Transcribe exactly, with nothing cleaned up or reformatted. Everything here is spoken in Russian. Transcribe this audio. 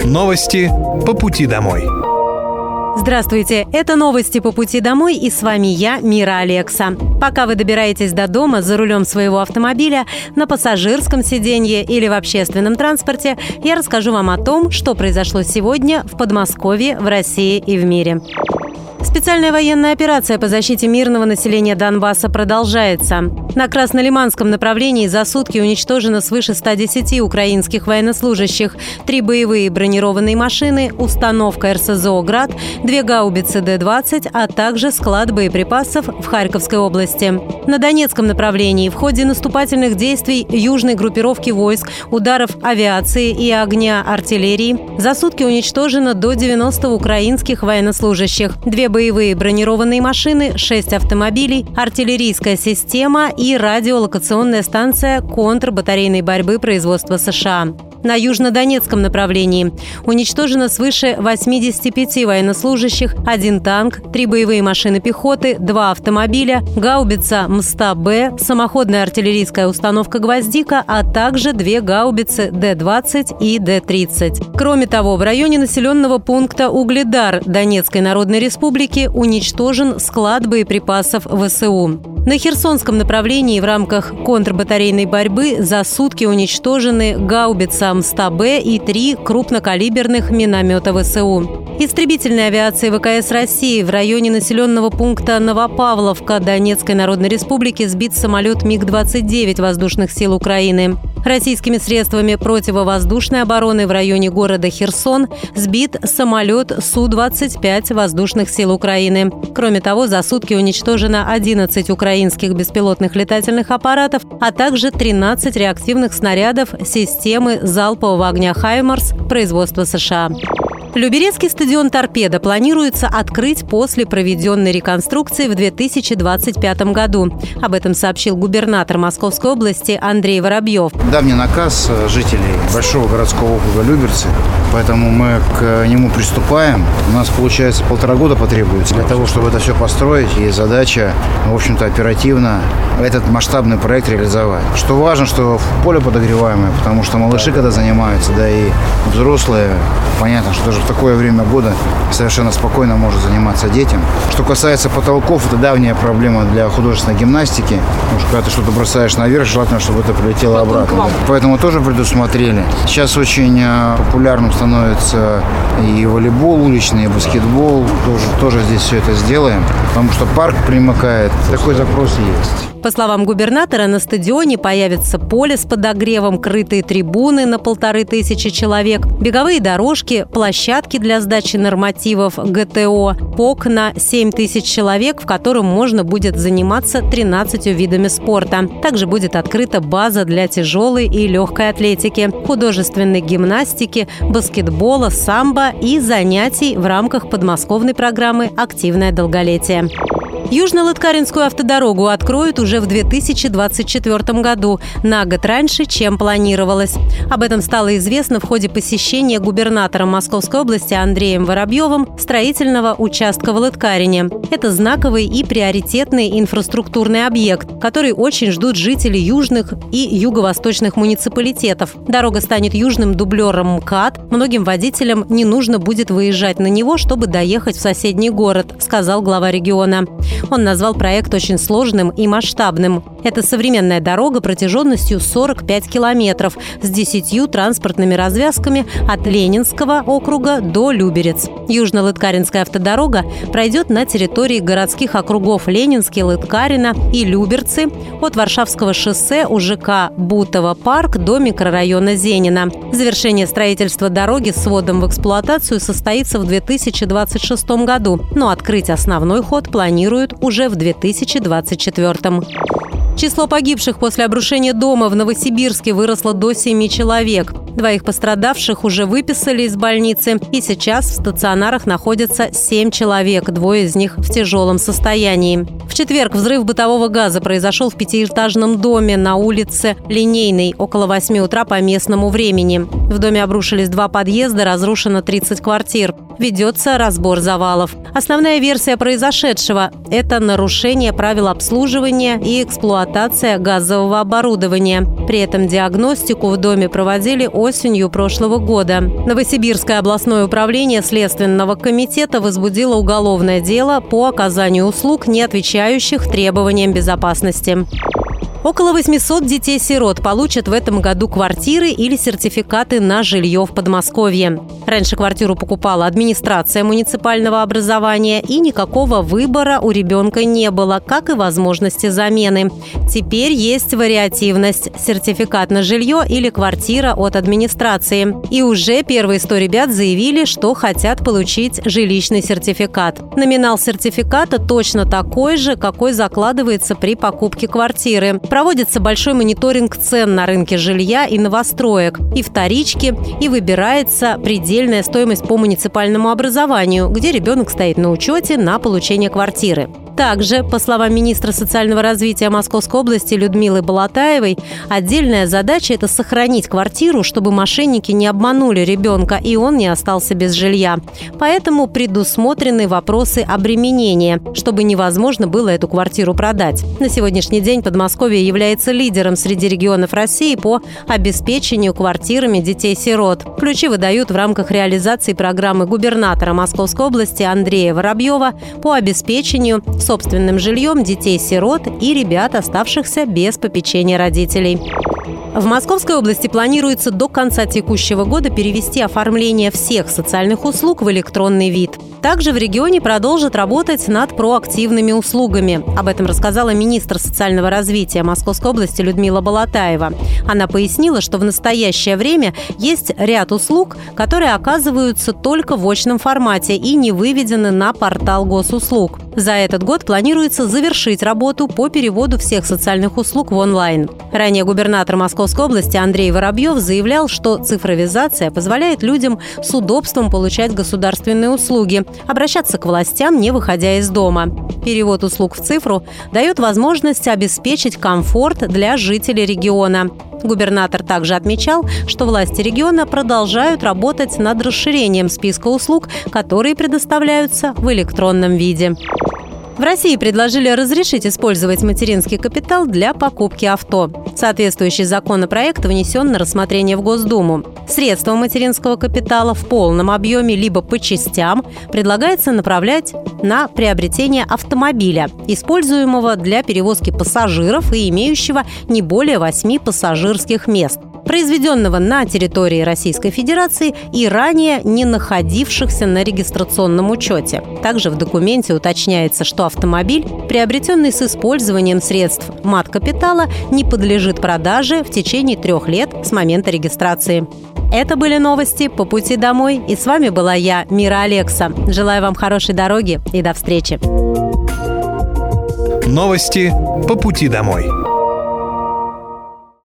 Новости по пути домой. Здравствуйте, это новости по пути домой, и с вами я, Мира Алекса. Пока вы добираетесь до дома за рулем своего автомобиля, на пассажирском сиденье или в общественном транспорте, я расскажу вам о том, что произошло сегодня в Подмосковье, в России и в мире. Специальная военная операция по защите мирного населения Донбасса продолжается. На Краснолиманском направлении за сутки уничтожено свыше ста десяти украинских военнослужащих, три боевые бронированные машины, установка эр эс зэ о «Град», две гаубицы дэ двадцать, а также склад боеприпасов в Харьковской области. На Донецком направлении в ходе наступательных действий южной группировки войск, ударов авиации и огня артиллерии за сутки уничтожено до девяноста украинских военнослужащих, две боевые бронированные машины, шесть автомобилей, артиллерийская система и радиолокационная станция контрбатарейной борьбы производства США. На южнодонецком направлении уничтожено свыше восьмидесяти пяти военнослужащих, один танк, три боевые машины пехоты, два автомобиля, гаубица эм эс тэ а бэ, самоходная артиллерийская установка «Гвоздика», а также две гаубицы дэ двадцать и дэ тридцать. Кроме того, в районе населенного пункта Угледар Донецкой Народной Республики уничтожен склад боеприпасов вэ эс у. На Херсонском направлении в рамках контрбатарейной борьбы за сутки уничтожены гаубица эм эс тэ а бэ и три крупнокалиберных миномета вэ эс у. Истребительной авиации вэ ка эс России в районе населенного пункта Новопавловка Донецкой Народной Республики сбит самолет миг двадцать девять воздушных сил Украины. Российскими средствами противовоздушной обороны в районе города Херсон сбит самолет су двадцать пять воздушных сил Украины. Кроме того, за сутки уничтожено одиннадцать украинских беспилотных летательных аппаратов, а также тринадцать реактивных снарядов системы залпового огня «Хаймарс» производства США. Люберецкий стадион «Торпедо» планируется открыть после проведенной реконструкции в две тысячи двадцать пятом году. Об этом сообщил губернатор Московской области Андрей Воробьев. Давний наказ жителей большого городского округа Люберцы, поэтому мы к нему приступаем. У нас, получается, полтора года потребуется для того, чтобы это все построить, и задача, в общем-то, оперативно этот масштабный проект реализовать. Что важно, что поле подогреваемое, потому что малыши, когда занимаются, да и взрослые, понятно, что даже в такое время года совершенно спокойно может заниматься детям. Что касается потолков, это давняя проблема для художественной гимнастики. Потому что когда ты что-то бросаешь наверх, желательно, чтобы это прилетело обратно. Поэтому тоже предусмотрели. Сейчас очень популярным становится и волейбол уличный, и баскетбол. Тоже, тоже здесь все это сделаем, потому что парк примыкает. Такой запрос есть. По словам губернатора, на стадионе появится поле с подогревом, крытые трибуны на полторы тысячи человек, беговые дорожки, площадки для сдачи нормативов гэ тэ о, пок на семь тысяч человек, в котором можно будет заниматься тринадцатью видами спорта. Также будет открыта база для тяжелой и легкой атлетики, художественной гимнастики, баскетбола, самбо и занятий в рамках подмосковной программы «Активное долголетие». Южно-Лыткаринскую автодорогу откроют уже в две тысячи двадцать четвёртом году, на год раньше, чем планировалось. Об этом стало известно в ходе посещения губернатором Московской области Андреем Воробьевым строительного участка в Лыткарине. Это знаковый и приоритетный инфраструктурный объект, который очень ждут жители южных и юго-восточных муниципалитетов. Дорога станет южным дублером МКАД. Многим водителям не нужно будет выезжать на него, чтобы доехать в соседний город, сказал глава региона. Он назвал проект очень сложным и масштабным. Это современная дорога протяженностью сорок пять километров с десятью транспортными развязками от Ленинского округа до Люберец. Южно-Лыткаринская автодорога пройдет на территории городских округов Ленинский, Лыткарино и Люберцы от Варшавского шоссе у ЖК Бутово-парк до микрорайона Зенина. Завершение строительства дороги с вводом в эксплуатацию состоится в две тысячи двадцать шестом году, но открыть основной ход планируют уже в две тысячи двадцать четвёртом. Число погибших после обрушения дома в Новосибирске выросло до семи человек. Двоих пострадавших уже выписали из больницы, и сейчас в стационарах находятся семь человек, двое из них в тяжелом состоянии. В четверг взрыв бытового газа произошел в пятиэтажном доме на улице Линейной около восьми утра по местному времени. В доме обрушились два подъезда, разрушено тридцать квартир. Ведется разбор завалов. Основная версия произошедшего – это нарушение правил обслуживания и эксплуатация газового оборудования. При этом диагностику в доме проводили осенью прошлого года. Новосибирское областное управление Следственного комитета возбудило уголовное дело по оказанию услуг, не отвечающих требованиям безопасности. Около восьмисот детей-сирот получат в этом году квартиры или сертификаты на жилье в Подмосковье. Раньше квартиру покупала администрация муниципального образования, и никакого выбора у ребенка не было, как и возможности замены. Теперь есть вариативность – сертификат на жилье или квартира от администрации. И уже первые сто ребят заявили, что хотят получить жилищный сертификат. Номинал сертификата точно такой же, какой закладывается при покупке квартиры. Проводится большой мониторинг цен на рынке жилья и новостроек, и вторички, и выбирается предельная стоимость по муниципальному образованию, где ребенок стоит на учете на получение квартиры. Также, по словам министра социального развития Московской области Людмилы Болотаевой, отдельная задача – это сохранить квартиру, чтобы мошенники не обманули ребенка, и он не остался без жилья. Поэтому предусмотрены вопросы обременения, чтобы невозможно было эту квартиру продать. На сегодняшний день Подмосковье является лидером среди регионов России по обеспечению квартирами детей-сирот. Ключи выдают в рамках реализации программы губернатора Московской области Андрея Воробьева по обеспечению собственным жильем детей-сирот и ребят, оставшихся без попечения родителей. В Московской области планируется до конца текущего года перевести оформление всех социальных услуг в электронный вид. Также в регионе продолжат работать над проактивными услугами. Об этом рассказала министр социального развития Московской области Людмила Болотаева. Она пояснила, что в настоящее время есть ряд услуг, которые оказываются только в очном формате и не выведены на портал госуслуг. За этот год планируется завершить работу по переводу всех социальных услуг в онлайн. Ранее губернатор Московской области Андрей Воробьев заявлял, что цифровизация позволяет людям с удобством получать государственные услуги, обращаться к властям, не выходя из дома. Перевод услуг в цифру дает возможность обеспечить комфорт для жителей региона. Губернатор также отмечал, что власти региона продолжают работать над расширением списка услуг, которые предоставляются в электронном виде. В России предложили разрешить использовать материнский капитал для покупки авто. Соответствующий законопроект внесен на рассмотрение в Госдуму. Средства материнского капитала в полном объеме либо по частям предлагается направлять на приобретение автомобиля, используемого для перевозки пассажиров и имеющего не более восьми пассажирских мест, произведенного на территории Российской Федерации и ранее не находившихся на регистрационном учете. Также в документе уточняется, что автомобиль, приобретенный с использованием средств мат-капитала, не подлежит продаже в течение трех лет с момента регистрации. Это были новости по пути домой. И с вами была я, Мира Алекса. Желаю вам хорошей дороги и до встречи. Новости по пути домой.